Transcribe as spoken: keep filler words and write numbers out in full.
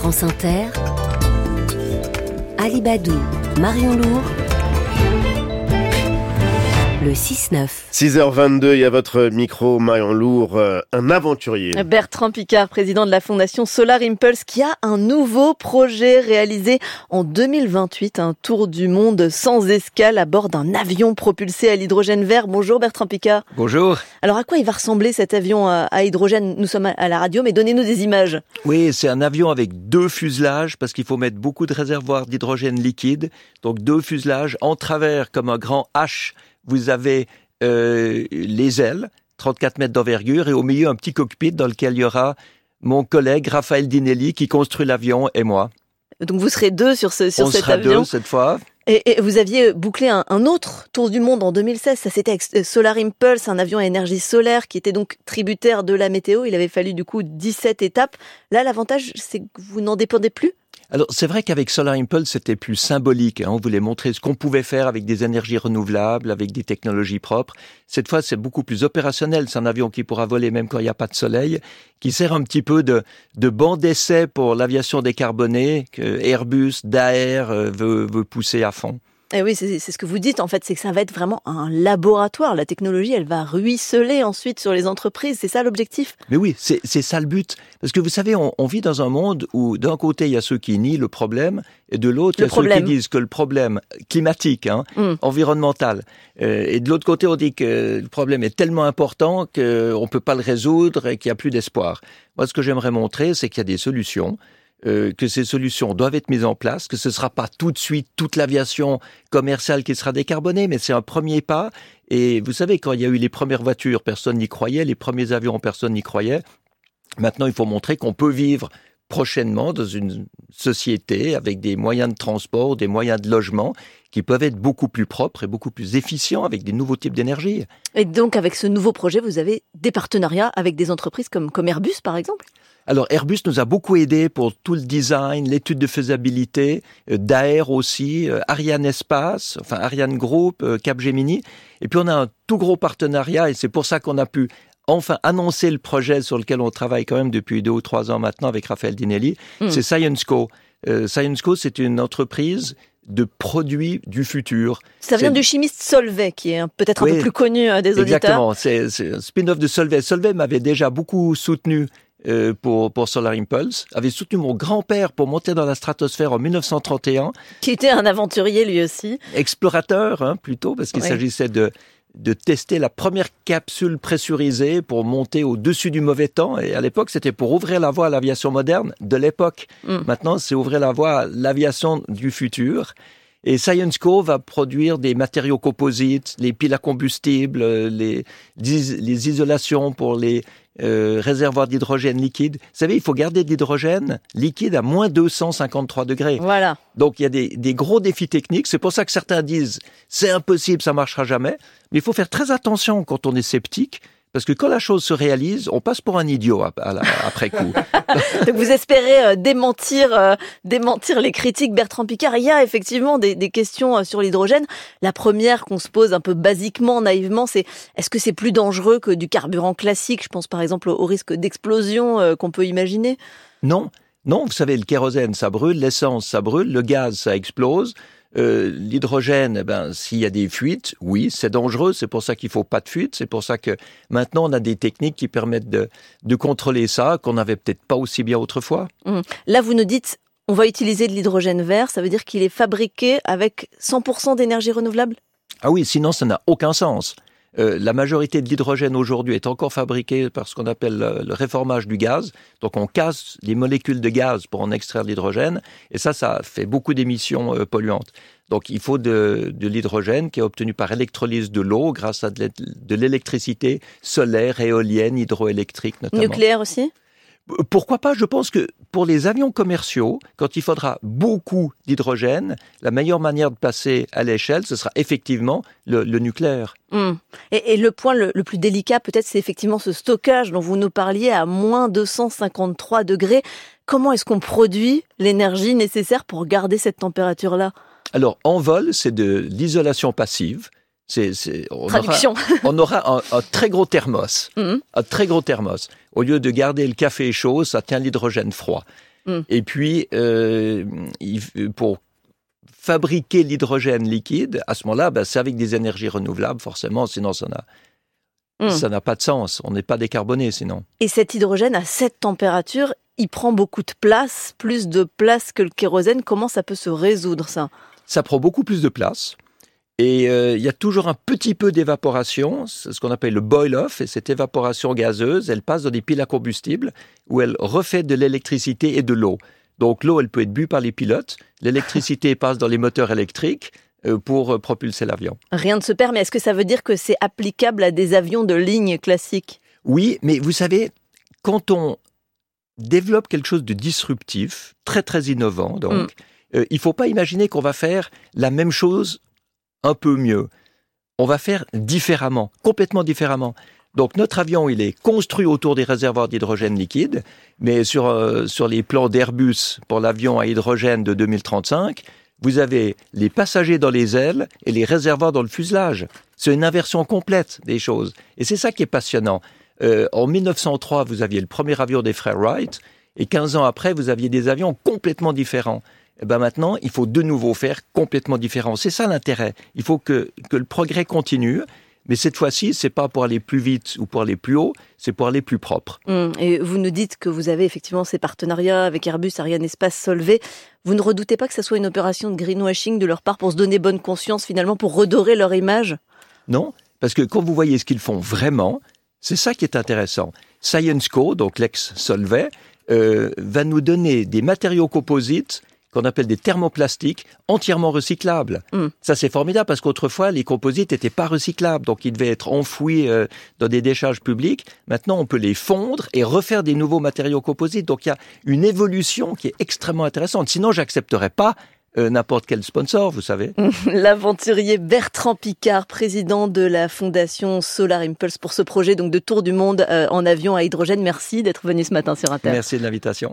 France Inter, Alibadou, Marion Lourd, le six neuf. six heures vingt-deux, il y a votre micro, Marion Lourd, euh, un aventurier. Bertrand Piccard, président de la fondation Solar Impulse, qui a un nouveau projet réalisé en deux mille vingt-huit, un tour du monde sans escale à bord d'un avion propulsé à l'hydrogène vert. Bonjour Bertrand Piccard. Bonjour. Alors à quoi il va ressembler cet avion à hydrogène? Nous sommes à la radio, mais donnez-nous des images. Oui, c'est un avion avec deux fuselages, parce qu'il faut mettre beaucoup de réservoirs d'hydrogène liquide. Donc deux fuselages en travers comme un grand H. Vous avez euh, les ailes, trente-quatre mètres d'envergure, et au milieu un petit cockpit dans lequel il y aura mon collègue Raphaël Dinelli qui construit l'avion et moi. Donc vous serez deux sur, ce, sur On cet sera avion. deux cette fois. Et, et vous aviez bouclé un, un autre tour du monde en deux mille seize, ça c'était avec Solar Impulse, un avion à énergie solaire qui était donc tributaire de la météo. Il avait fallu du coup dix-sept étapes. Là, l'avantage, c'est que vous n'en dépendez plus. Alors, c'est vrai qu'avec Solar Impulse, c'était plus symbolique. Hein. On voulait montrer ce qu'on pouvait faire avec des énergies renouvelables, avec des technologies propres. Cette fois, c'est beaucoup plus opérationnel. C'est un avion qui pourra voler même quand il n'y a pas de soleil, qui sert un petit peu de, de banc d'essai pour l'aviation décarbonée, que Airbus, Daher euh, veut, veut pousser à fond. Et oui, c'est, c'est ce que vous dites, en fait, c'est que ça va être vraiment un laboratoire. La technologie, elle va ruisseler ensuite sur les entreprises. C'est ça l'objectif? Mais oui, c'est, c'est ça le but. Parce que vous savez, on, on vit dans un monde où d'un côté, il y a ceux qui nient le problème, et de l'autre, il y a problème. ceux qui disent que le problème climatique, hein, mm. environnemental, euh, et de l'autre côté, on dit que le problème est tellement important qu'on ne peut pas le résoudre et qu'il n'y a plus d'espoir. Moi, ce que j'aimerais montrer, c'est qu'il y a des solutions. Euh, que ces solutions doivent être mises en place, que ce ne sera pas tout de suite toute l'aviation commerciale qui sera décarbonée, mais c'est un premier pas. Et vous savez, quand il y a eu les premières voitures, personne n'y croyait, les premiers avions, personne n'y croyait. Maintenant, il faut montrer qu'on peut vivre prochainement dans une société avec des moyens de transport, des moyens de logement qui peuvent être beaucoup plus propres et beaucoup plus efficients avec des nouveaux types d'énergie. Et donc, avec ce nouveau projet, vous avez des partenariats avec des entreprises comme, comme Airbus, par exemple ? Alors Airbus nous a beaucoup aidé pour tout le design, l'étude de faisabilité, euh, Daher aussi, euh, Ariane Espace, enfin Ariane Group, euh, Capgemini. Et puis on a un tout gros partenariat et c'est pour ça qu'on a pu enfin annoncer le projet sur lequel on travaille quand même depuis deux ou trois ans maintenant avec Raphaël Dinelli. Mmh. C'est ScienceCo. Euh, ScienceCo, c'est une entreprise de produits du futur. Ça vient c'est... du chimiste Solvay, qui est peut-être un oui, peu plus connu euh, des auditeurs. Exactement, c'est, c'est un spin-off de Solvay. Solvay m'avait déjà beaucoup soutenu Euh, pour, pour Solar Impulse, avait soutenu mon grand-père pour monter dans la stratosphère en dix-neuf cent trente et un. Qui était un aventurier lui aussi. Explorateur, hein, plutôt, parce qu'il oui. s'agissait de, de tester la première capsule pressurisée pour monter au-dessus du mauvais temps. Et à l'époque, c'était pour ouvrir la voie à l'aviation moderne de l'époque. Mm. Maintenant, c'est ouvrir la voie à l'aviation du futur. Et ScienceCo va produire des matériaux composites, les piles à combustible, les, les isolations pour les euh, réservoirs d'hydrogène liquide. Vous savez, il faut garder de l'hydrogène liquide à moins deux cent cinquante-trois degrés. Voilà. Donc, il y a des, des gros défis techniques. C'est pour ça que certains disent « c'est impossible, ça ne marchera jamais ». Mais il faut faire très attention quand on est sceptique. Parce que quand la chose se réalise, on passe pour un idiot à, à, à, après coup. Donc vous espérez euh, démentir, euh, démentir les critiques, Bertrand Piccard. Il y a effectivement des, des questions euh, sur l'hydrogène. La première qu'on se pose un peu basiquement, naïvement, c'est est-ce que c'est plus dangereux que du carburant classique ? Je pense par exemple au, au risque d'explosion euh, qu'on peut imaginer. Non, non. Vous savez, le kérosène, ça brûle, l'essence, ça brûle, le gaz, ça explose. Euh, l'hydrogène, eh ben, s'il y a des fuites, oui, c'est dangereux, c'est pour ça qu'il faut pas de fuite, c'est pour ça que maintenant on a des techniques qui permettent de, de contrôler ça, qu'on n'avait peut-être pas aussi bien autrefois. Mmh. Là, vous nous dites, on va utiliser de l'hydrogène vert, ça veut dire qu'il est fabriqué avec cent pour cent d'énergie renouvelable ? Ah oui, sinon ça n'a aucun sens. Euh, la majorité de l'hydrogène aujourd'hui est encore fabriquée par ce qu'on appelle le, le réformage du gaz. Donc on casse les molécules de gaz pour en extraire de l'hydrogène. Et ça, ça fait beaucoup d'émissions euh, polluantes. Donc il faut de, de l'hydrogène qui est obtenu par électrolyse de l'eau grâce à de, de l'électricité solaire, éolienne, hydroélectrique notamment. Nucléaire aussi ? Pourquoi pas ? Je pense que pour les avions commerciaux, quand il faudra beaucoup d'hydrogène, la meilleure manière de passer à l'échelle, ce sera effectivement le, le nucléaire. Mmh. Et, et le point le, le plus délicat, peut-être, c'est effectivement ce stockage dont vous nous parliez à moins deux cent cinquante-trois degrés. Comment est-ce qu'on produit l'énergie nécessaire pour garder cette température-là ? Alors, en vol, c'est de l'isolation passive. C'est, c'est, on Traduction. Aura, on aura un, un très gros thermos, mmh. un très gros thermos. Au lieu de garder le café chaud, ça tient l'hydrogène froid. Mmh. Et puis, euh, il, pour fabriquer l'hydrogène liquide, à ce moment-là, ben, c'est avec des énergies renouvelables, forcément, sinon ça n'a, mmh. ça n'a pas de sens. On n'est pas décarboné sinon. Et cet hydrogène, à cette température, il prend beaucoup de place, plus de place que le kérosène. Comment ça peut se résoudre, ça ? Ça prend beaucoup plus de place. Et euh, il y a toujours un petit peu d'évaporation, c'est ce qu'on appelle le boil-off, et cette évaporation gazeuse, elle passe dans des piles à combustible où elle refait de l'électricité et de l'eau. Donc l'eau, elle peut être bue par les pilotes, l'électricité passe dans les moteurs électriques euh, pour euh, propulser l'avion. Rien ne se perd, mais est-ce que ça veut dire que c'est applicable à des avions de ligne classiques ? Oui, mais vous savez, quand on développe quelque chose de disruptif, très très innovant, donc, mm. euh, il ne faut pas imaginer qu'on va faire la même chose un peu mieux. On va faire différemment, complètement différemment. Donc notre avion, il est construit autour des réservoirs d'hydrogène liquide, mais sur, euh, sur les plans d'Airbus pour l'avion à hydrogène de deux mille trente-cinq, vous avez les passagers dans les ailes et les réservoirs dans le fuselage. C'est une inversion complète des choses. Et c'est ça qui est passionnant. Euh, en mille neuf cent trois, vous aviez le premier avion des frères Wright, et quinze ans après, vous aviez des avions complètement différents. Et ben maintenant, il faut de nouveau faire complètement différent. C'est ça l'intérêt. Il faut que, que le progrès continue, mais cette fois-ci, c'est pas pour aller plus vite ou pour aller plus haut, c'est pour aller plus propre. Mmh. Et vous nous dites que vous avez effectivement ces partenariats avec Airbus, Arianespace, Solvay. Vous ne redoutez pas que ça soit une opération de greenwashing de leur part pour se donner bonne conscience, finalement, pour redorer leur image ? Non, parce que quand vous voyez ce qu'ils font vraiment, c'est ça qui est intéressant. ScienceCo, donc l'ex-Solvay, euh, va nous donner des matériaux composites qu'on appelle des thermoplastiques, entièrement recyclables. Mm. Ça, c'est formidable parce qu'autrefois, les composites n'étaient pas recyclables, donc ils devaient être enfouis euh, dans des décharges publiques. Maintenant, on peut les fondre et refaire des nouveaux matériaux composites. Donc, il y a une évolution qui est extrêmement intéressante. Sinon, j'accepterais pas euh, n'importe quel sponsor, vous savez. L'aventurier Bertrand Piccard, président de la fondation Solar Impulse pour ce projet donc de tour du monde euh, en avion à hydrogène. Merci d'être venu ce matin sur Inter. Merci de l'invitation.